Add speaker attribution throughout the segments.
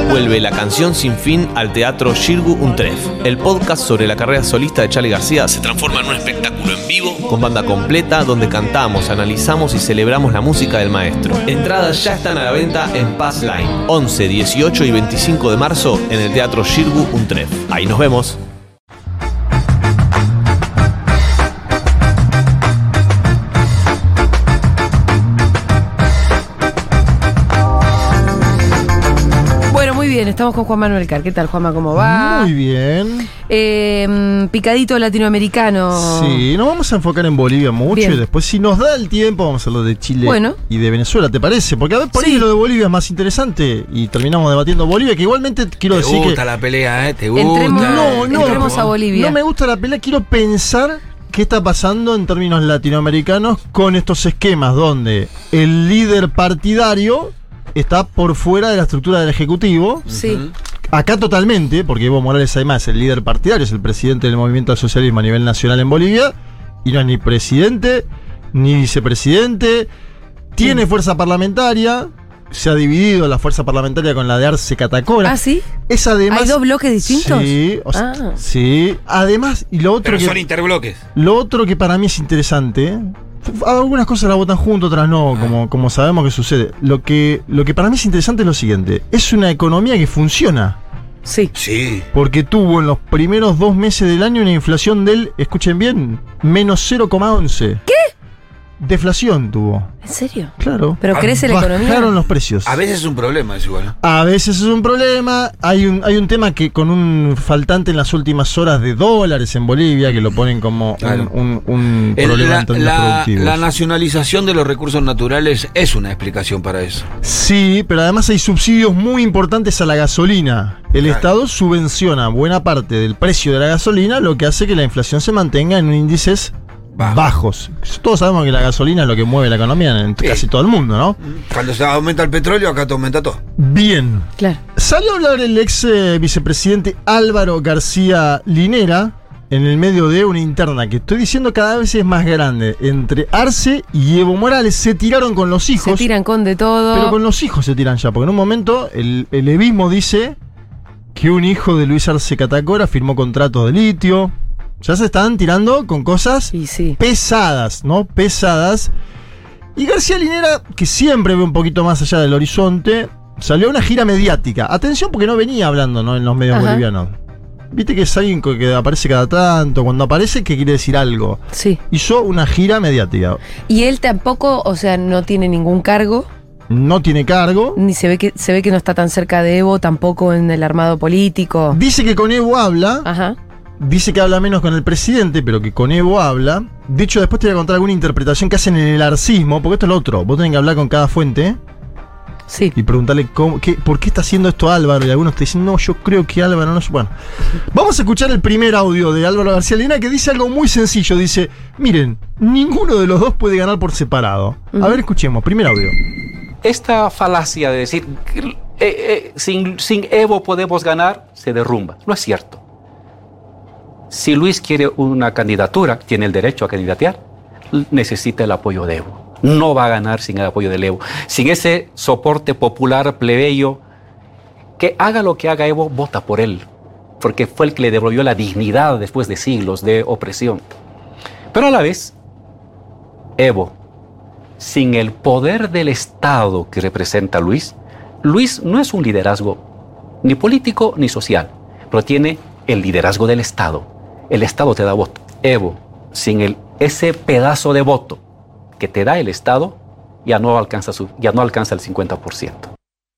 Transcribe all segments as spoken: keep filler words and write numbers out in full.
Speaker 1: Vuelve La Canción Sin Fin al Teatro Xirgu Untref. El podcast sobre la carrera solista de Charly García se transforma en un espectáculo en vivo con banda completa donde cantamos, analizamos y celebramos la música del maestro. Entradas ya están a la venta en Pass Line. once, dieciocho y veinticinco de marzo en el Teatro Xirgu Untref. Ahí nos vemos.
Speaker 2: Bien, estamos con Juan Manuel Carr. ¿Qué tal, Juanma? ¿Cómo va?
Speaker 3: Muy bien.
Speaker 2: Eh, picadito latinoamericano.
Speaker 3: Sí, nos vamos a enfocar en Bolivia mucho. Bien. Y después, si nos da el tiempo, vamos a hablar de Chile bueno. y de Venezuela, ¿te parece? Porque a ver, por sí. ahí lo de Bolivia es más interesante y terminamos debatiendo Bolivia, que igualmente quiero
Speaker 4: te
Speaker 3: decir que...
Speaker 4: Te gusta la pelea, ¿eh? Te gusta.
Speaker 2: Entremos, no, no,
Speaker 3: entremos
Speaker 2: a Bolivia.
Speaker 3: No me gusta la pelea, quiero pensar qué está pasando en términos latinoamericanos con estos esquemas donde el líder partidario está por fuera de la estructura del Ejecutivo.
Speaker 2: Sí.
Speaker 3: Acá totalmente, porque Evo Morales además es el líder partidario, es el presidente del movimiento al socialismo a nivel nacional en Bolivia, y no es ni presidente, ni vicepresidente, tiene sí. fuerza parlamentaria, se ha dividido la fuerza parlamentaria con la de Arce Catacora.
Speaker 2: ¿Ah, sí?
Speaker 3: Es además,
Speaker 2: ¿hay dos bloques distintos?
Speaker 3: Sí, o sea,
Speaker 2: ah.
Speaker 3: sí. Además, y lo otro
Speaker 4: Pero
Speaker 3: que,
Speaker 4: son interbloques.
Speaker 3: Lo otro que para mí es interesante, algunas cosas la votan junto, otras no, ah. como, como sabemos que sucede. Lo que, lo que para mí es interesante es lo siguiente: es una economía que funciona.
Speaker 2: Sí.
Speaker 4: Sí.
Speaker 3: Porque tuvo en los primeros dos meses del año una inflación del, escuchen bien, menos cero coma once.
Speaker 2: ¿Qué?
Speaker 3: Deflación tuvo.
Speaker 2: ¿En serio?
Speaker 3: Claro.
Speaker 2: ¿Pero
Speaker 3: ah,
Speaker 2: crece la economía?
Speaker 3: Bajaron los precios.
Speaker 4: A veces es un problema, es igual.
Speaker 3: A veces es un problema. Hay un, hay un tema que con un faltante en las últimas horas de dólares en Bolivia, que lo ponen como claro. un, un, un
Speaker 4: El,
Speaker 3: problema
Speaker 4: la,
Speaker 3: en términos
Speaker 4: la,
Speaker 3: productivos.
Speaker 4: La nacionalización de los recursos naturales es una explicación para eso.
Speaker 3: Sí, pero además hay subsidios muy importantes a la gasolina. El claro. Estado subvenciona buena parte del precio de la gasolina, lo que hace que la inflación se mantenga en índices Bajo. bajos. Todos sabemos que la gasolina es lo que mueve la economía en sí. casi todo el mundo, ¿no?
Speaker 4: Cuando se aumenta el petróleo, acá te aumenta todo.
Speaker 3: Bien.
Speaker 2: Claro. Salió
Speaker 3: a hablar el ex eh, vicepresidente Álvaro García Linera en el medio de una interna que estoy diciendo cada vez es más grande entre Arce y Evo Morales. Se tiraron con los hijos.
Speaker 2: Se tiran con de todo.
Speaker 3: Pero con los hijos se tiran ya, porque en un momento el, el evismo dice que un hijo de Luis Arce Catacora firmó contratos de litio. Ya se están tirando con cosas
Speaker 2: sí, sí.
Speaker 3: pesadas, ¿no? Pesadas. Y García Linera, que siempre ve un poquito más allá del horizonte, salió a una gira mediática. Atención, porque no venía hablando, ¿no? En los medios Ajá. bolivianos. Viste que es alguien que aparece cada tanto. Cuando aparece, que quiere decir algo.
Speaker 2: Sí.
Speaker 3: Hizo una gira mediática.
Speaker 2: Y él tampoco, o sea, no tiene ningún cargo.
Speaker 3: No tiene cargo.
Speaker 2: Ni se ve que se ve que no está tan cerca de Evo, tampoco en el armado político.
Speaker 3: Dice que con Evo habla.
Speaker 2: Ajá.
Speaker 3: Dice que habla menos con el presidente, pero que con Evo habla. De hecho, después te voy a contar alguna interpretación que hacen en el arcismo, porque esto es lo otro. Vos tenés que hablar con cada fuente.
Speaker 2: Sí.
Speaker 3: Y preguntarle cómo, qué, por qué está haciendo esto Álvaro. Y algunos te dicen, no, yo creo que Álvaro no. Bueno, vamos a escuchar el primer audio de Álvaro García Linera, que dice algo muy sencillo. Dice, miren, ninguno de los dos puede ganar por separado. Uh-huh. A ver, escuchemos, primer audio.
Speaker 5: Esta falacia de decir, eh, eh, sin, sin Evo podemos ganar, se derrumba. No es cierto. Si Luis quiere una candidatura, tiene el derecho a candidatear, necesita el apoyo de Evo. No va a ganar sin el apoyo de Evo. Sin ese soporte popular plebeyo, que haga lo que haga Evo, vota por él, porque fue el que le devolvió la dignidad después de siglos de opresión. Pero a la vez, Evo, sin el poder del Estado que representa Luis, Luis no es un liderazgo ni político ni social, pero tiene el liderazgo del Estado. El Estado te da voto. Evo, sin el, ese pedazo de voto que te da el Estado, ya no alcanza, su, ya no alcanza el cincuenta por ciento.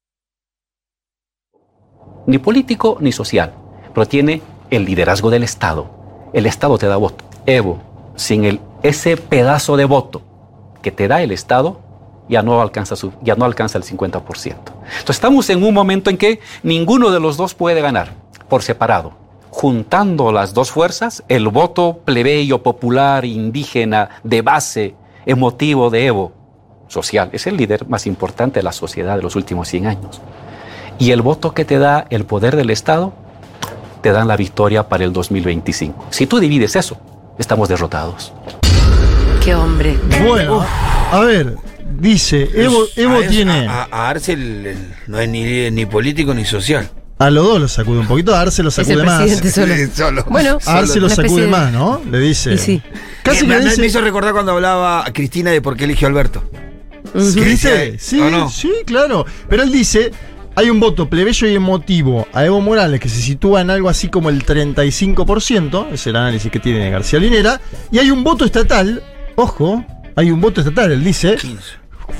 Speaker 5: Ni político ni social, pero tiene el liderazgo del Estado. El Estado te da voto. Evo, sin el, ese pedazo de voto que te da el Estado, ya no alcanza, su, ya no alcanza el cincuenta por ciento. Entonces estamos en un momento en que ninguno de los dos puede ganar por separado. Juntando las dos fuerzas, el voto plebeyo, popular, indígena, de base, emotivo de Evo, social, es el líder más importante de la sociedad de los últimos cien años. Y el voto que te da el poder del Estado, te dan la victoria para el dos mil veinticinco. Si tú divides eso, estamos derrotados.
Speaker 2: ¡Qué hombre!
Speaker 3: Bueno.
Speaker 2: Uf.
Speaker 3: A ver, dice, Evo, Evo
Speaker 4: a,
Speaker 3: tiene...
Speaker 4: A, a Arce el- el- no es ni, ni político ni social.
Speaker 3: A los dos lo sacude un poquito, a Arce lo
Speaker 2: Es el
Speaker 3: sacude más.
Speaker 2: presidente solo.
Speaker 4: Sí, solo.
Speaker 2: Bueno,
Speaker 3: A Arce lo
Speaker 2: una especie
Speaker 3: sacude
Speaker 2: de-
Speaker 3: más, ¿no? Le dice.
Speaker 2: Y sí.
Speaker 3: Casi
Speaker 4: Eh,
Speaker 3: le
Speaker 4: me, me
Speaker 3: dice...
Speaker 4: hizo recordar cuando hablaba a Cristina de por qué eligió a Alberto.
Speaker 3: ¿Sí,
Speaker 4: Que
Speaker 3: dice?
Speaker 4: decía,
Speaker 3: Sí,
Speaker 4: ¿o no?
Speaker 3: sí, claro. Pero él dice, hay un voto plebeyo y emotivo a Evo Morales que se sitúa en algo así como el treinta y cinco por ciento, es el análisis que tiene García Linera, y hay un voto estatal, ojo, hay un voto estatal, él dice,
Speaker 4: quince.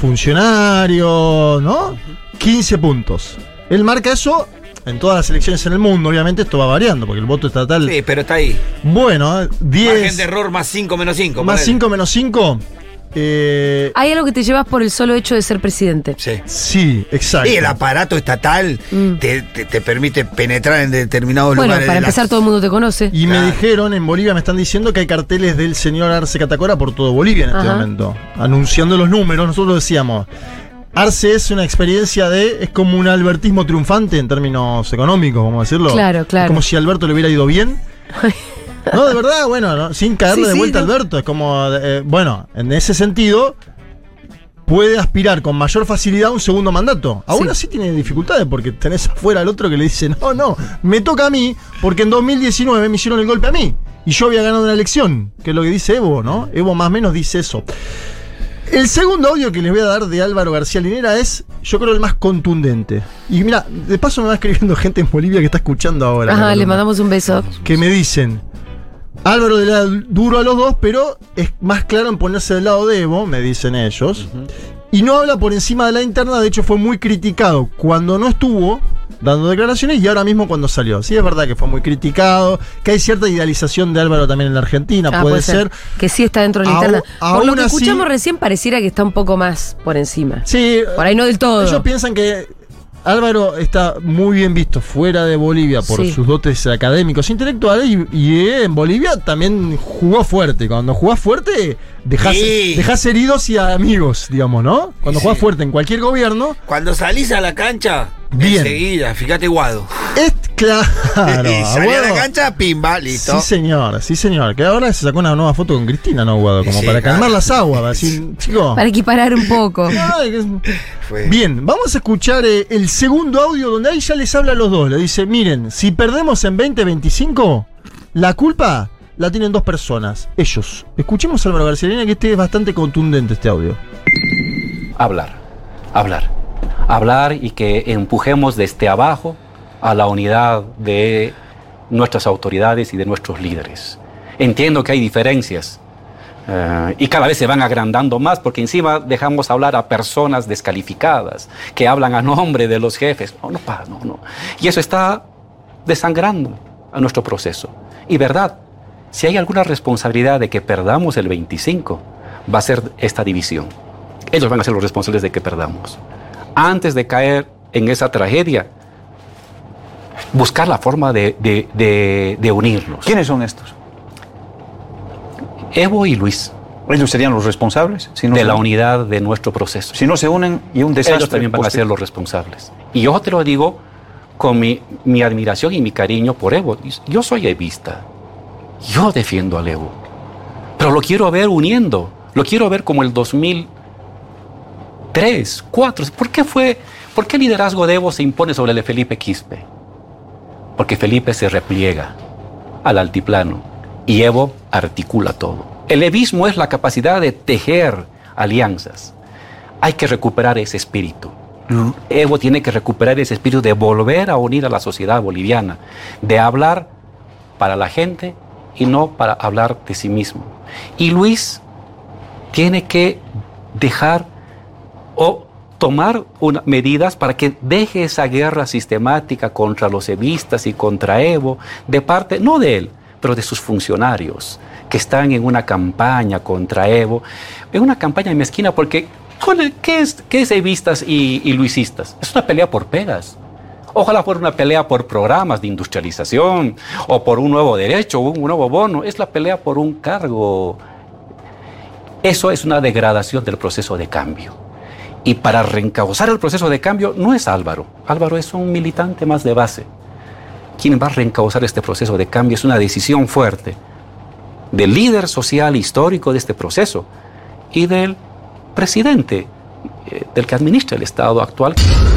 Speaker 3: funcionario, ¿no? quince puntos. Él marca eso en todas las elecciones en el mundo, obviamente esto va variando, porque el voto estatal,
Speaker 4: Sí, pero está ahí.
Speaker 3: bueno,
Speaker 4: Margen
Speaker 3: diez,
Speaker 4: de error más cinco menos cinco.
Speaker 3: más cinco menos cinco, eh,
Speaker 2: Hay algo que te llevas por el solo hecho de ser presidente.
Speaker 4: Sí.
Speaker 3: sí, exacto.
Speaker 4: Y el aparato estatal
Speaker 2: Mm.
Speaker 4: te, te- te permite penetrar en determinados
Speaker 2: Bueno,
Speaker 4: lugares.
Speaker 2: para
Speaker 4: de la-
Speaker 2: empezar, todo el mundo te conoce.
Speaker 3: Y me
Speaker 4: Claro.
Speaker 3: dijeron, en Bolivia me están diciendo que hay carteles del señor Arce Catacora por todo Bolivia en este
Speaker 2: Ajá.
Speaker 3: momento, anunciando los números. Nosotros decíamos, Arce es una experiencia de, es como un albertismo triunfante en términos económicos, vamos a decirlo.
Speaker 2: Claro, claro.
Speaker 3: Es como si a Alberto le hubiera ido bien. No, de verdad, bueno, ¿no? Sin caerle
Speaker 2: Sí,
Speaker 3: de
Speaker 2: sí,
Speaker 3: vuelta a
Speaker 2: no.
Speaker 3: Alberto. Es como, eh, bueno, en ese sentido, puede aspirar con mayor facilidad a un segundo mandato. Aún
Speaker 2: Sí.
Speaker 3: así tiene dificultades porque tenés afuera al otro que le dice, no, no, me toca a mí porque en dos mil diecinueve me hicieron el golpe a mí y yo había ganado una elección, que es lo que dice Evo, ¿no? Evo más o menos dice eso. El segundo audio que les voy a dar de Álvaro García Linera es, yo creo, el más contundente. Y mira, de paso me va escribiendo gente en Bolivia que está escuchando ahora. la
Speaker 2: Ajá, le
Speaker 3: columna,
Speaker 2: mandamos un beso.
Speaker 3: que me dicen, Álvaro le da duro a los dos, pero es más claro en ponerse del lado de Evo, me dicen ellos. Y no habla por encima de la interna, de hecho fue muy criticado cuando no estuvo dando declaraciones y ahora mismo cuando salió. Sí, es verdad que fue muy criticado, que hay cierta idealización de Álvaro también en la Argentina,
Speaker 2: Ah,
Speaker 3: puede, ser.
Speaker 2: Que sí está dentro de la
Speaker 3: Aún-
Speaker 2: interna. Por lo
Speaker 3: aún
Speaker 2: que
Speaker 3: así-
Speaker 2: escuchamos recién, pareciera que está un poco más por encima.
Speaker 3: Sí,
Speaker 2: Por ahí no del todo.
Speaker 3: ellos piensan que Álvaro está muy bien visto fuera de Bolivia por
Speaker 2: Sí.
Speaker 3: sus dotes académicos e intelectuales y, y en Bolivia también jugó fuerte. Cuando jugás fuerte, dejás,
Speaker 4: Sí.
Speaker 3: dejás heridos y amigos, digamos, ¿no? Cuando
Speaker 4: Sí.
Speaker 3: jugás fuerte en cualquier gobierno,
Speaker 4: Cuando salís a la cancha,
Speaker 3: Bien.
Speaker 4: enseguida, fíjate Guado.
Speaker 3: es claro.
Speaker 4: y salí a
Speaker 3: Aguado.
Speaker 4: la cancha, pimba, listo.
Speaker 3: Sí, señor, sí, señor. Que ahora se sacó una nueva foto con Cristina, ¿no, Guado? Como
Speaker 4: Sí,
Speaker 3: para calmar
Speaker 4: claro.
Speaker 3: las aguas. Así, chico.
Speaker 2: Para equiparar un poco.
Speaker 3: Ay, que es-
Speaker 4: Fue-
Speaker 3: Bien, vamos a escuchar eh, el segundo audio donde ahí ya les habla a los dos. Le dice, miren, si perdemos en veinte veinticinco, la culpa la tienen dos personas, ellos. Escuchemos a Álvaro García Linera, que este es bastante contundente este audio.
Speaker 5: Hablar, hablar, hablar y que empujemos desde abajo a la unidad de nuestras autoridades y de nuestros líderes. Entiendo que hay diferencias eh, y cada vez se van agrandando más porque encima dejamos hablar a personas descalificadas que hablan a nombre de los jefes. No, no, pa, no, no. Y eso está desangrando a nuestro proceso. Y verdad, si hay alguna responsabilidad de que perdamos el veinticinco, va a ser esta división. Ellos van a ser los responsables de que perdamos. Antes de caer en esa tragedia, buscar la forma de, de, de, de unirnos.
Speaker 6: ¿Quiénes son estos?
Speaker 5: Evo y Luis,
Speaker 6: Ellos serían los responsables. Si no
Speaker 5: de
Speaker 6: se
Speaker 5: la
Speaker 6: unen.
Speaker 5: unidad de nuestro proceso.
Speaker 6: Si no se unen y un desastre.
Speaker 5: Ellos también van a
Speaker 6: posterior.
Speaker 5: ser los responsables. Y yo te lo digo con mi, mi admiración y mi cariño por Evo. Yo soy evista. Yo defiendo al Evo. Pero lo quiero ver uniendo. Lo quiero ver como el dos mil tres, cuatro. ¿Por qué fue, por qué el liderazgo de Evo se impone sobre el de Felipe Quispe? Porque Felipe se repliega al altiplano y Evo articula todo. El evismo es la capacidad de tejer alianzas. Hay que recuperar ese espíritu. Evo tiene que recuperar ese espíritu de volver a unir a la sociedad boliviana, de hablar para la gente y no para hablar de sí mismo. Y Luis tiene que dejar o tomar una, medidas para que deje esa guerra sistemática contra los evistas y contra Evo, de parte, no de él, pero de sus funcionarios, que están en una campaña contra Evo, en una campaña mezquina, porque ¿qué es, qué es evistas y, y luisistas? Es una pelea por pegas. Ojalá fuera una pelea por programas de industrialización o por un nuevo derecho, un, un nuevo bono. Es la pelea por un cargo. Eso es una degradación del proceso de cambio. Y para reencauzar el proceso de cambio no es Álvaro. Álvaro es un militante más de base. Quien va a reencauzar este proceso de cambio es una decisión fuerte del líder social histórico de este proceso y del presidente eh, del que administra el Estado actual.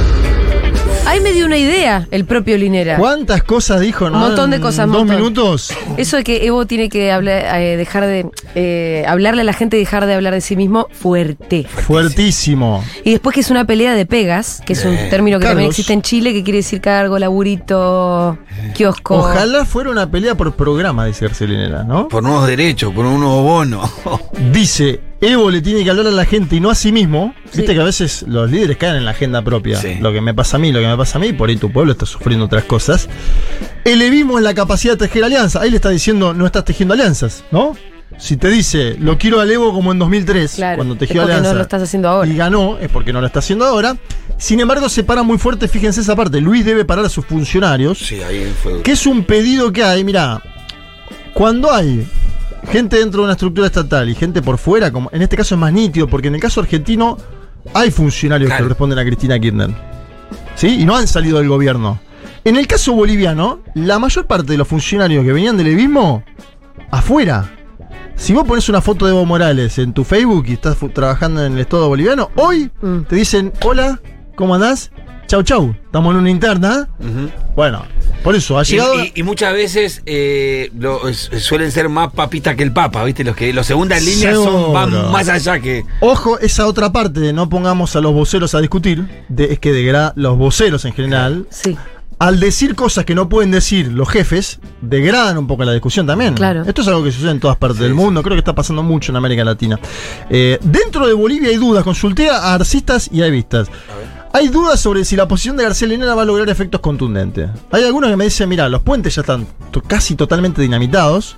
Speaker 2: Ahí me dio una idea el propio Linera.
Speaker 3: ¿Cuántas cosas dijo, no?
Speaker 2: Un montón de cosas,
Speaker 3: En
Speaker 2: un
Speaker 3: dos
Speaker 2: montón.
Speaker 3: minutos.
Speaker 2: Eso de que Evo tiene que hablar, eh, dejar de eh, hablarle a la gente y dejar de hablar de sí mismo, fuerte.
Speaker 3: Fuertísimo.
Speaker 2: Y después que es una pelea de pegas, que es un
Speaker 4: Eh,
Speaker 2: término que también
Speaker 3: Carlos.
Speaker 2: existe en Chile, que quiere decir cargo, laburito, kiosco.
Speaker 3: Ojalá fuera una pelea por programa, dice García Linera, ¿no?
Speaker 4: Por nuevos derechos, por un nuevo bono.
Speaker 3: Dice, Evo le tiene que hablar a la gente y no a sí mismo.
Speaker 2: Sí.
Speaker 3: Viste que a veces los líderes caen en la agenda propia.
Speaker 4: Sí.
Speaker 3: Lo que me pasa a mí, lo que me pasa a mí, por ahí tu pueblo está sufriendo otras cosas. El evismo es la capacidad de tejer alianzas. Ahí le está diciendo, no estás tejiendo alianzas, ¿no? Si te dice, lo quiero al Evo como en dos mil tres,
Speaker 2: Claro,
Speaker 3: cuando
Speaker 2: es
Speaker 3: tejió
Speaker 2: porque
Speaker 3: alianza
Speaker 2: no lo estás haciendo ahora.
Speaker 3: y ganó, es porque no lo está haciendo ahora. Sin embargo, se para muy fuerte, fíjense esa parte. Luis debe parar a sus funcionarios.
Speaker 4: Sí, ahí fue.
Speaker 3: Que es un pedido que hay, mira, cuando hay gente dentro de una estructura estatal y gente por fuera, como en este caso es más nítido, porque en el caso argentino hay funcionarios
Speaker 4: Claro.
Speaker 3: que responden a Cristina Kirchner, ¿sí? Y no han salido del gobierno. En el caso boliviano, la mayor parte de los funcionarios que venían del evismo, afuera. Si vos pones una foto de Evo Morales en tu Facebook y estás fu- trabajando en el Estado boliviano, hoy
Speaker 2: Mm.
Speaker 3: te dicen, hola, ¿cómo andás? Chau, chau, estamos en una interna.
Speaker 4: Ujú.
Speaker 3: Bueno, por eso, ha
Speaker 4: Y,
Speaker 3: llegado...
Speaker 4: y- y muchas veces eh, lo- es- suelen ser más papita que el papa, ¿viste? Los que los segundas líneas son, van
Speaker 3: Seguro.
Speaker 4: más allá que.
Speaker 3: Ojo, esa otra parte de no pongamos a los voceros a discutir, de, es que degra- los voceros en general,
Speaker 2: Sí.
Speaker 3: al decir cosas que no pueden decir los jefes, degradan un poco la discusión también.
Speaker 2: Claro.
Speaker 3: Esto es algo que sucede en todas partes del mundo, creo que está pasando mucho en América Latina. Eh, dentro de Bolivia hay dudas, consulté a arcistas y a evistas. Hay dudas sobre si la posición de García Linera va a lograr efectos contundentes. Hay algunos que me dicen, mira, los puentes ya están to- casi totalmente dinamitados.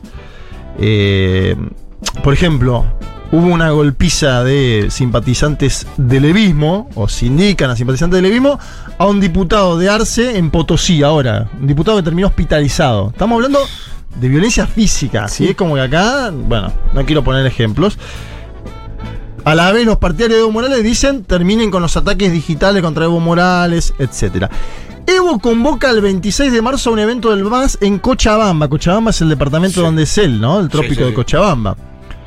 Speaker 3: Eh, por ejemplo, hubo una golpiza de simpatizantes del levismo, o se indican a simpatizantes del levismo, a un diputado de Arce en Potosí ahora. Un diputado que terminó hospitalizado. Estamos hablando de violencia física. ¿sí? Es como que acá, bueno, no quiero poner ejemplos. A la vez los partidarios de Evo Morales dicen terminen con los ataques digitales contra Evo Morales, etcétera. Evo convoca el veintiséis de marzo a un evento del M A S en Cochabamba. Cochabamba es el departamento
Speaker 4: Sí.
Speaker 3: donde es él, ¿no? El trópico
Speaker 4: Sí, sí,
Speaker 3: de
Speaker 4: sí.
Speaker 3: Cochabamba.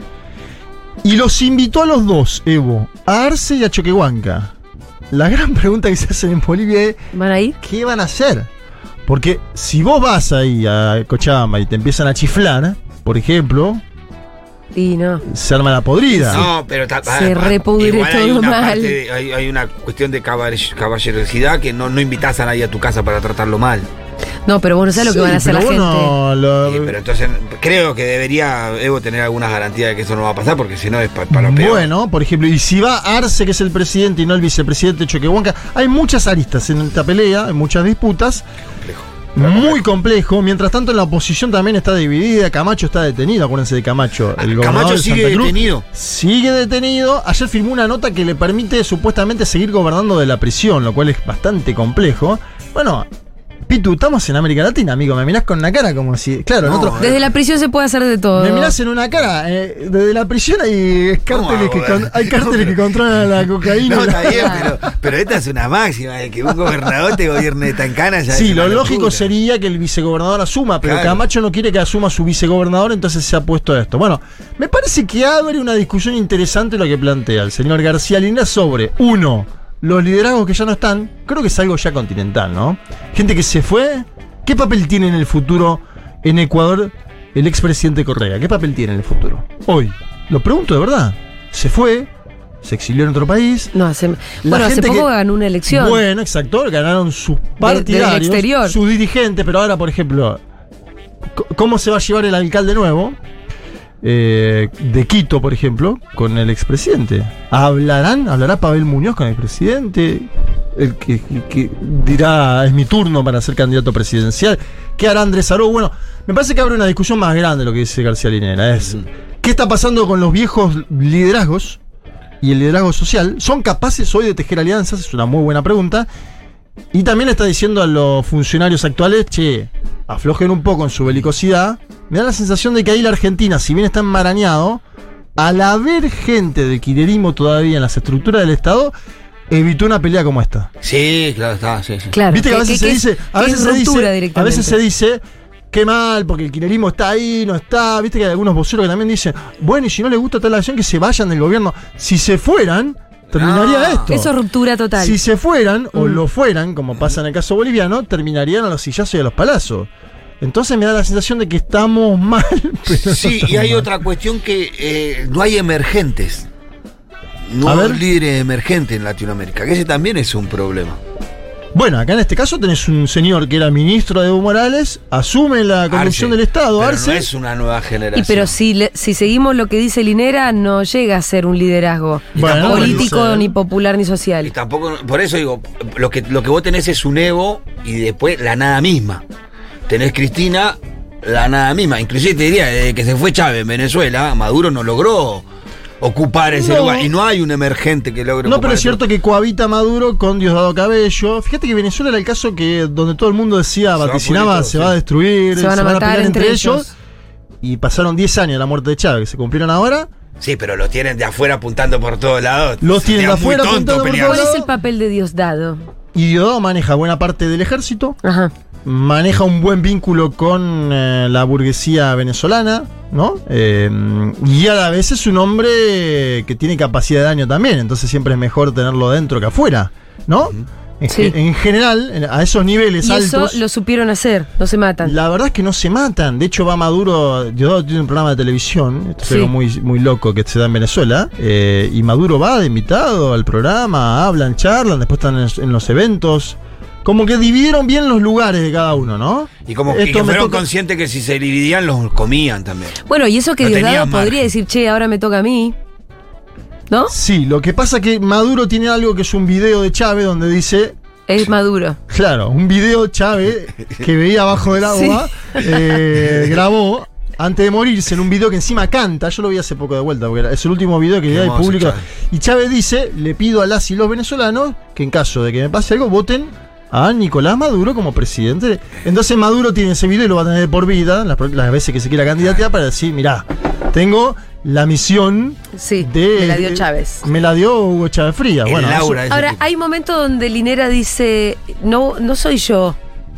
Speaker 3: Y los invitó a los dos, Evo, a Arce y a Choquehuanca. La gran pregunta que se hace en Bolivia es,
Speaker 2: ¿Van a ir?
Speaker 3: ¿qué van a hacer? Porque si vos vas ahí a Cochabamba y te empiezan a chiflar, por ejemplo,
Speaker 2: Y no.
Speaker 3: se arma la podrida.
Speaker 4: No, pero ta-
Speaker 2: Se
Speaker 4: ah,
Speaker 2: repudre
Speaker 4: igual hay
Speaker 2: todo
Speaker 4: una
Speaker 2: mal.
Speaker 4: parte de- hay, hay una cuestión de caballer- caballerosidad que no, no invitas a nadie a tu casa para tratarlo mal.
Speaker 2: No, pero vos no sabés lo que
Speaker 3: Sí,
Speaker 2: van a hacer la
Speaker 3: pero
Speaker 2: gente.
Speaker 3: bueno, lo-
Speaker 4: Sí, pero entonces creo que debería Evo tener algunas garantías de que eso no va a pasar, porque si no es pa- para lo peor.
Speaker 3: Bueno, por ejemplo, y si va Arce, que es el presidente, y no el vicepresidente Choquehuanca, hay muchas aristas en esta pelea, hay muchas disputas.
Speaker 4: Complejo.
Speaker 3: Muy complejo. Mientras tanto, en la oposición también está dividida. Camacho está detenido, acuérdense de Camacho. El gobernador
Speaker 4: Camacho
Speaker 3: de
Speaker 4: sigue
Speaker 3: Santa Cruz
Speaker 4: detenido.
Speaker 3: Sigue detenido. Ayer firmó una nota que le permite supuestamente seguir gobernando de la prisión, lo cual es bastante complejo. Bueno, Pitu, estamos en América Latina, amigo. Me mirás con una cara como si. Claro, en
Speaker 4: No,
Speaker 3: otro.
Speaker 2: Desde la prisión se puede hacer de todo.
Speaker 3: Me mirás en una cara. eh, desde la prisión hay cárteles, que,
Speaker 4: bueno.
Speaker 3: con- hay cárteles que controlan la cocaína.
Speaker 4: No,
Speaker 3: y la-
Speaker 4: está bien, pero, pero esta es una máxima, de que un gobernador te gobierne tan cana ya
Speaker 3: Sí,
Speaker 4: es una
Speaker 3: lo lógico
Speaker 4: locura.
Speaker 3: sería que el vicegobernador asuma, pero
Speaker 4: Claro.
Speaker 3: Camacho no quiere que asuma su vicegobernador, entonces se ha puesto esto. Bueno, me parece que abre una discusión interesante lo que plantea el señor García Linera sobre, uno, los liderazgos que ya no están, creo que es algo ya continental, ¿no? Gente que se fue. ¿Qué papel tiene en el futuro en Ecuador el expresidente Correa? ¿Qué papel tiene en el futuro? Hoy. Lo pregunto de verdad. Se fue, se exilió en otro país.
Speaker 2: No, hace,
Speaker 3: La
Speaker 2: bueno, hace
Speaker 3: gente
Speaker 2: poco
Speaker 3: que-
Speaker 2: ganó una elección.
Speaker 3: Bueno, exacto, ganaron sus partidarios,
Speaker 2: del exterior.
Speaker 3: sus dirigentes, pero ahora, por ejemplo, c- ¿cómo se va a llevar el alcalde nuevo eh, de Quito, por ejemplo, con el expresidente? ¿Hablarán? ¿Hablará Pavel Muñoz con el presidente? El que, que- que dirá, es mi turno para ser candidato presidencial. ¿Qué hará Andrés Arauz? Bueno, me parece que abre una discusión más grande lo que dice García Linera. Es, ¿qué está pasando con los viejos liderazgos y el liderazgo social? ¿Son capaces hoy de tejer alianzas? Es una muy buena pregunta. Y también está diciendo a los funcionarios actuales, che, aflojen un poco en su belicosidad. Me da la sensación de que ahí la Argentina, si bien está enmarañado, al haber gente del kirchnerismo todavía en las estructuras del Estado, evitó una pelea como esta.
Speaker 4: Sí, claro, está, sí, sí.
Speaker 2: Claro.
Speaker 3: Viste que a veces se
Speaker 2: es-
Speaker 3: dice, a
Speaker 2: que
Speaker 3: veces
Speaker 2: es
Speaker 3: se
Speaker 2: ruptura
Speaker 3: dice, a
Speaker 2: directamente.
Speaker 3: veces se dice, qué mal, porque el kirchnerismo está ahí, no está. Viste que hay algunos voceros que también dicen, bueno, y si no les gusta tal acción, que se vayan del gobierno. Si se fueran, terminaría
Speaker 4: Ah.
Speaker 3: esto.
Speaker 2: Eso es ruptura total.
Speaker 3: Si se fueran, o
Speaker 2: Mm.
Speaker 3: lo fueran, como pasa en el caso boliviano, terminarían a los sillazos y a los palazos. Entonces me da la sensación de que estamos mal. Pero no
Speaker 4: Sí, y
Speaker 3: estamos
Speaker 4: hay
Speaker 3: mal.
Speaker 4: otra cuestión que eh, no hay emergentes.
Speaker 3: A
Speaker 4: No
Speaker 3: ver.
Speaker 4: hay líderes emergentes en Latinoamérica, que ese también es un problema.
Speaker 3: Bueno, acá en este caso tenés un señor que era ministro de Evo Morales, asume la conducción
Speaker 4: Arce.
Speaker 3: del Estado,
Speaker 4: Pero
Speaker 3: Arce.
Speaker 4: no es una nueva generación.
Speaker 2: Y pero si, le- si seguimos lo que dice Linera, no llega a ser un liderazgo
Speaker 3: Bueno,
Speaker 2: político,
Speaker 3: no sé.
Speaker 2: ni popular, ni
Speaker 4: Y
Speaker 2: social.
Speaker 4: tampoco, por eso digo, lo que, lo que vos tenés es un Evo y después la nada misma. Tenés Cristina, la nada misma. Inclusive te diría, desde que se fue Chávez en Venezuela, Maduro no logró ocupar ese
Speaker 3: No.
Speaker 4: lugar. Y no hay un emergente que logre
Speaker 3: No,
Speaker 4: ocupar
Speaker 3: pero es
Speaker 4: ese
Speaker 3: cierto que cohabita Maduro con Diosdado Cabello. Fíjate que Venezuela era el caso que donde todo el mundo decía,
Speaker 4: va a
Speaker 3: vaticinaba,
Speaker 4: pudrir todo,
Speaker 3: se
Speaker 4: sí.
Speaker 3: va a destruir,
Speaker 2: Se van a matar
Speaker 3: pelear
Speaker 2: entre ellos.
Speaker 3: Y pasaron diez años de la muerte de Chávez, que se cumplieron ahora.
Speaker 4: Sí, pero los tienen de afuera apuntando por todos lados.
Speaker 3: Los tienen
Speaker 4: Sería
Speaker 3: de afuera
Speaker 4: muy tonto
Speaker 3: apuntando por
Speaker 4: pelear.
Speaker 3: todos
Speaker 2: ¿Cuál es
Speaker 3: lados.
Speaker 2: el papel de Diosdado?
Speaker 3: Y Diosdado maneja buena parte del ejército,
Speaker 2: Ajá.
Speaker 3: maneja un buen vínculo con eh, la burguesía venezolana, ¿no? Eh, y a la vez es un hombre que tiene capacidad de daño también, entonces siempre es mejor tenerlo dentro que afuera, ¿no? En,
Speaker 2: Sí.
Speaker 3: ge- en general, en- a esos niveles
Speaker 2: Y eso
Speaker 3: altos.
Speaker 2: lo supieron hacer, no se matan.
Speaker 3: La verdad es que no se matan. De hecho, va Maduro. Diosdado tiene un programa de televisión. Esto es
Speaker 2: Sí.
Speaker 3: algo muy, muy loco que se da en Venezuela. eh, y Maduro va de invitado al programa. Hablan, charlan. Después están en, en los eventos. Como que dividieron bien los lugares de cada uno, ¿no?
Speaker 4: Y como y
Speaker 3: Esto
Speaker 4: que
Speaker 3: me
Speaker 4: fueron
Speaker 3: toca-
Speaker 4: conscientes que si se dividían los comían también.
Speaker 2: Bueno, y eso que
Speaker 4: No
Speaker 2: Diosdado
Speaker 4: tenían margen.
Speaker 2: podría decir, che, ahora me toca a mí. ¿No?
Speaker 3: Sí, lo que pasa es que Maduro tiene algo que es un video de Chávez donde dice.
Speaker 2: Es Maduro.
Speaker 3: Claro, un video Chávez que veía abajo del agua, eh, grabó antes de morirse en un video que encima canta. Yo lo vi hace poco de vuelta, porque era- es el último video que
Speaker 4: Qué
Speaker 3: hay
Speaker 4: hermoso,
Speaker 3: público.
Speaker 4: Chávez.
Speaker 3: Y Chávez dice: le pido a las y los venezolanos que en caso de que me pase algo, voten a Nicolás Maduro como presidente. Entonces Maduro tiene ese video y lo va a tener de por vida, las, pro- las veces que se quiera candidatear, para decir: mirá, tengo la misión
Speaker 2: Sí,
Speaker 3: de.
Speaker 2: me la dio Chávez.
Speaker 3: Me la dio Hugo Chávez Frías.
Speaker 4: El
Speaker 3: Bueno, eso-
Speaker 4: aura de ese
Speaker 2: Ahora,
Speaker 4: tipo.
Speaker 2: hay momentos donde Linera dice, no, no soy yo.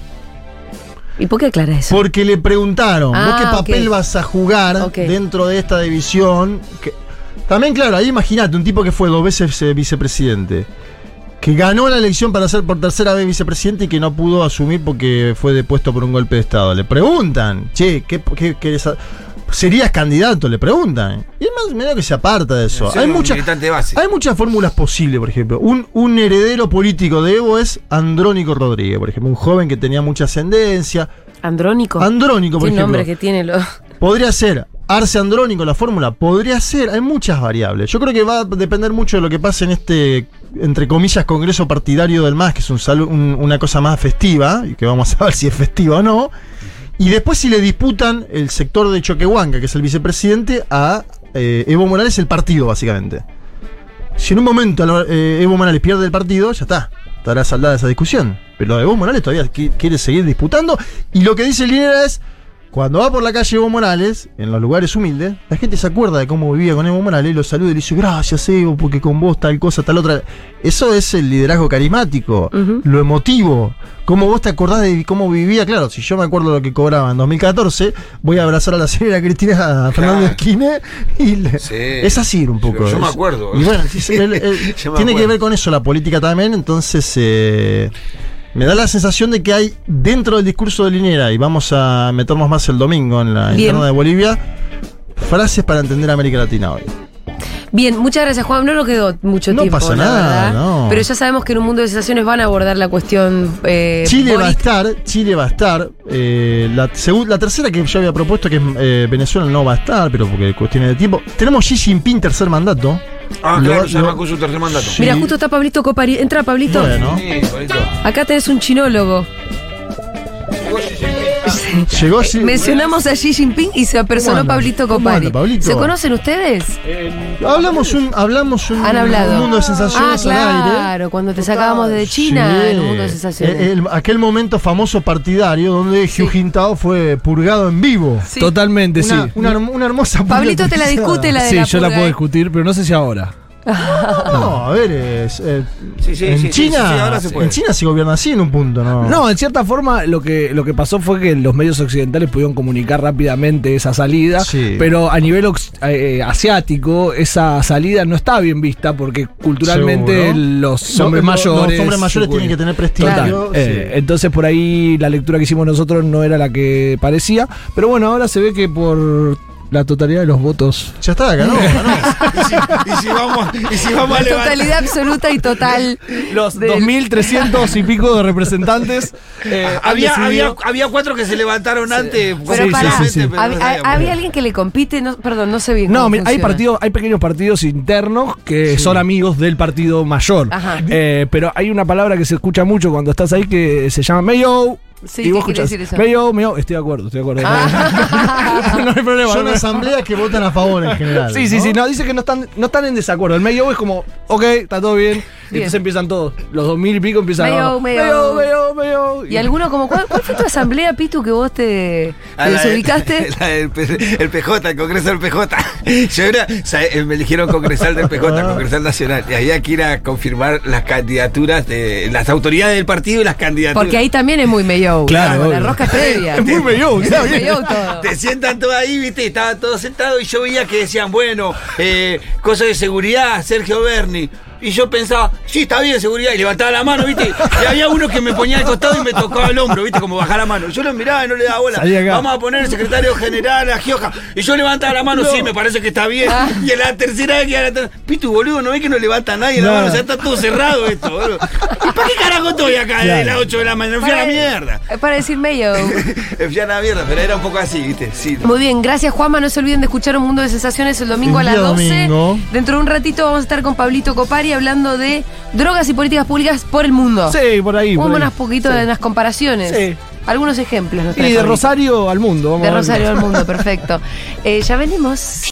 Speaker 2: ¿Y por qué aclara eso?
Speaker 3: Porque le preguntaron,
Speaker 2: Ah,
Speaker 3: ¿vos qué papel
Speaker 2: ok.
Speaker 3: vas a jugar
Speaker 2: Ok.
Speaker 3: dentro de esta división? Que- También, claro, ahí imagínate, un tipo que fue dos veces eh, vicepresidente, que ganó la elección para ser por tercera vez vicepresidente y que no pudo asumir porque fue depuesto por un golpe de Estado. Le preguntan, che, ¿qué, qué querés ha- ¿serías candidato? Le preguntan. Y es más medio que se aparta de eso.
Speaker 4: Ser
Speaker 3: Hay
Speaker 4: un
Speaker 3: muchas
Speaker 4: militante de base.
Speaker 3: hay muchas fórmulas posibles, por ejemplo. Un, un heredero político de Evo es Andrónico Rodríguez, por ejemplo, un joven que tenía mucha ascendencia.
Speaker 2: Andrónico.
Speaker 3: Andrónico, por
Speaker 2: Qué
Speaker 3: ejemplo.
Speaker 2: nombre que tiene lo.
Speaker 3: Podría ser Arce Andrónico la fórmula, podría ser, hay muchas variables. Yo creo que va a depender mucho de lo que pase en este, entre comillas, congreso partidario del M A S, que es un salu- un- una cosa más festiva, y que vamos a ver si es festiva o no. Y después si le disputan el sector de Choquehuanca, que es el vicepresidente, a eh, Evo Morales, el partido, básicamente. Si en un momento eh, Evo Morales pierde el partido, ya está. Estará saldada esa discusión. Pero Evo Morales todavía qui- quiere seguir disputando. Y lo que dice Linera es: cuando va por la calle Evo Morales, en los lugares humildes, la gente se acuerda de cómo vivía con Evo Morales y lo saluda y le dice: gracias, Evo, porque con vos tal cosa, tal otra. Eso es el liderazgo carismático,
Speaker 2: Ujú.
Speaker 3: lo emotivo. Cómo vos te acordás de cómo vivía. Claro, si yo me acuerdo de lo que cobraba en dos mil catorce, voy a abrazar a la señora Cristina Fernández Kirchner y le-
Speaker 4: Sí.
Speaker 3: es así un poco.
Speaker 4: Yo me
Speaker 3: Es-
Speaker 4: acuerdo.
Speaker 3: Y bueno, sí, sí, el- el-
Speaker 4: Yo me
Speaker 3: tiene que
Speaker 4: acuerdo.
Speaker 3: ver con eso la política también, entonces eh, me da la sensación de que hay dentro del discurso de Linera, y vamos a meternos más el domingo en la
Speaker 2: Bien.
Speaker 3: interna de Bolivia, frases para entender a América Latina hoy.
Speaker 2: Bien, muchas gracias, Juan. No nos quedó mucho
Speaker 3: No
Speaker 2: tiempo.
Speaker 3: pasa
Speaker 2: la
Speaker 3: nada,
Speaker 2: verdad.
Speaker 3: no.
Speaker 2: Pero ya sabemos que en un mundo de sensaciones van a abordar la cuestión. Eh,
Speaker 3: Chile va a
Speaker 2: Boric.
Speaker 3: estar, Chile va a estar. eh, la, segu- la tercera que yo había propuesto, que es eh, Venezuela, no va a estar, pero porque cuestiones de tiempo. Tenemos Xi Jinping, tercer mandato.
Speaker 4: Ah,
Speaker 3: Lo-
Speaker 4: claro, se
Speaker 3: lo-
Speaker 4: arrancó su tercer mandato.
Speaker 3: Sí.
Speaker 2: Mira, justo está Pablito Copari. Entra, Pablito.
Speaker 3: Bueno.
Speaker 4: Sí, bonito.
Speaker 2: Acá tenés un chinólogo.
Speaker 3: Llegó Xi-
Speaker 2: Mencionamos a Xi Jinping y se apersonó
Speaker 3: anda?
Speaker 2: Pablito
Speaker 3: ¿Cómo
Speaker 2: Copari.
Speaker 3: anda, Pablito?
Speaker 2: ¿Se conocen ustedes?
Speaker 3: Hablamos un, hablamos un,
Speaker 2: Han hablado.
Speaker 3: un mundo de sensaciones
Speaker 2: Ah,
Speaker 3: al aire.
Speaker 2: claro, cuando te sacábamos de China
Speaker 3: Sí.
Speaker 2: en un mundo de sensaciones.
Speaker 3: Eh, el- aquel momento famoso partidario donde
Speaker 2: Sí.
Speaker 3: Hugh Jintao fue purgado en vivo.
Speaker 2: Sí.
Speaker 7: Totalmente,
Speaker 3: Una,
Speaker 7: sí.
Speaker 3: una, herm- una hermosa
Speaker 2: Pablito te la
Speaker 3: purga
Speaker 2: discute la de
Speaker 7: Sí,
Speaker 2: la
Speaker 7: yo la
Speaker 2: purga,
Speaker 7: puedo
Speaker 2: eh.
Speaker 7: discutir, pero no sé si ahora.
Speaker 3: No, a ver, es, eh,
Speaker 4: Sí, sí,
Speaker 3: en,
Speaker 4: sí, sí,
Speaker 3: China,
Speaker 4: sí, sí, ahora se puede.
Speaker 3: en China se gobierna así en un punto, ¿no?
Speaker 7: No, en cierta forma lo que, lo que pasó fue que los medios occidentales pudieron comunicar rápidamente esa salida,
Speaker 3: Sí.
Speaker 7: pero a nivel ox- eh, asiático esa salida no está bien vista porque culturalmente
Speaker 3: Seguro.
Speaker 7: los
Speaker 3: No,
Speaker 7: hombres
Speaker 3: no,
Speaker 7: mayores...
Speaker 3: Los hombres mayores tienen que tener prestigio.
Speaker 7: Total.
Speaker 3: sí.
Speaker 7: Eh, entonces por ahí la lectura que hicimos nosotros no era la que parecía, pero bueno, ahora se ve que por la totalidad de los votos...
Speaker 3: Ya está, ganó, ganó.
Speaker 4: Y si, y si vamos, y si vamos a
Speaker 2: La
Speaker 4: levantar.
Speaker 2: totalidad absoluta y total.
Speaker 7: Los
Speaker 2: del-
Speaker 7: dos mil trescientos y pico de representantes eh, han
Speaker 4: Había,
Speaker 7: decidido-
Speaker 4: había, había cuatro que se levantaron antes.
Speaker 2: Pero
Speaker 7: Sí,
Speaker 2: pará,
Speaker 7: sí, sí, sí.
Speaker 2: hab- hab- ¿había alguien que le compite? No, perdón, no sé bien
Speaker 7: No,
Speaker 2: cómo
Speaker 7: mira, hay
Speaker 2: funciona.
Speaker 7: partidos, hay pequeños partidos internos que son amigos del partido mayor.
Speaker 2: Ajá.
Speaker 7: Eh, pero hay una palabra que se escucha mucho cuando estás ahí que se llama Mayo.
Speaker 2: Sí,
Speaker 7: y
Speaker 2: ¿qué
Speaker 7: vos
Speaker 2: quiere
Speaker 7: escuchás
Speaker 2: decir eso?
Speaker 7: Mayo, Mayo, estoy de acuerdo, estoy de acuerdo.
Speaker 2: Ah.
Speaker 7: No hay problema.
Speaker 3: Son
Speaker 7: no hay-
Speaker 3: asambleas que votan a favor en general.
Speaker 7: Sí, sí, sí, no, dice que no están, no están en desacuerdo. El Mayo es como, ok, está todo bien. Y
Speaker 2: Bien.
Speaker 7: entonces empiezan todos. Los dos mil y pico empiezan
Speaker 2: Mayo,
Speaker 7: a.
Speaker 2: Mayo.
Speaker 7: Mayo, Mayo, Mayo.
Speaker 2: ¿Y alguno como cuál, cuál fue tu asamblea, Pitu, que vos te,
Speaker 4: Ah,
Speaker 2: te
Speaker 4: la-
Speaker 2: desubicaste?
Speaker 4: la del P- el P J, el Congreso del P J. Yo era, o sea, eh, me eligieron congresal del P J, congresal nacional. Y había que ir a confirmar las candidaturas de las autoridades del partido y las candidaturas.
Speaker 2: Porque ahí también es muy medio.
Speaker 7: Claro,
Speaker 2: la
Speaker 7: obvio.
Speaker 2: rosca es previa.
Speaker 7: Es muy Mayo, está
Speaker 2: Es
Speaker 7: bien.
Speaker 2: medio todo.
Speaker 4: Te sientan todos ahí, viste, y estaban todos sentados y yo veía que decían, bueno, eh, cosas de seguridad, Sergio Berni. Y yo pensaba, sí, está bien, seguridad, y levantaba la mano, viste. Y había uno que me ponía al costado y me tocaba el hombro, viste, como bajar la mano. Yo lo miraba y no le daba bola.
Speaker 7: Salí acá.
Speaker 4: Vamos a poner el secretario general a Gioja. Y yo levantaba la mano, sí, me parece que está bien. Y en la tercera vez que era la ter- Pitu, boludo, ¿no ves que no levanta nadie la
Speaker 7: No.
Speaker 4: mano? O sea, está todo cerrado esto, boludo. ¿Y para qué carajo estoy acá desde
Speaker 7: Claro.
Speaker 4: las ocho de la mañana? Me fui a la mierda.
Speaker 2: Para decir medio.
Speaker 4: Me fui a la mierda, pero era un poco así, viste. Sí.
Speaker 2: Muy bien, gracias Juanma. No se olviden de escuchar Un Mundo de Sensaciones el domingo
Speaker 3: El
Speaker 2: a las
Speaker 3: día
Speaker 2: doce.
Speaker 3: domingo.
Speaker 2: Dentro de un ratito vamos a estar con Pablito Copari hablando de drogas y políticas públicas por el mundo.
Speaker 7: Sí, por ahí. por
Speaker 2: Hubo
Speaker 7: ahí.
Speaker 2: unas poquitos
Speaker 7: Sí.
Speaker 2: de unas comparaciones.
Speaker 7: Sí.
Speaker 2: Algunos ejemplos. nos
Speaker 7: Y
Speaker 2: trae
Speaker 7: de
Speaker 2: Pablito.
Speaker 7: Rosario al mundo. Vamos
Speaker 2: De
Speaker 7: a ver.
Speaker 2: Rosario al mundo, perfecto. Eh, ya venimos.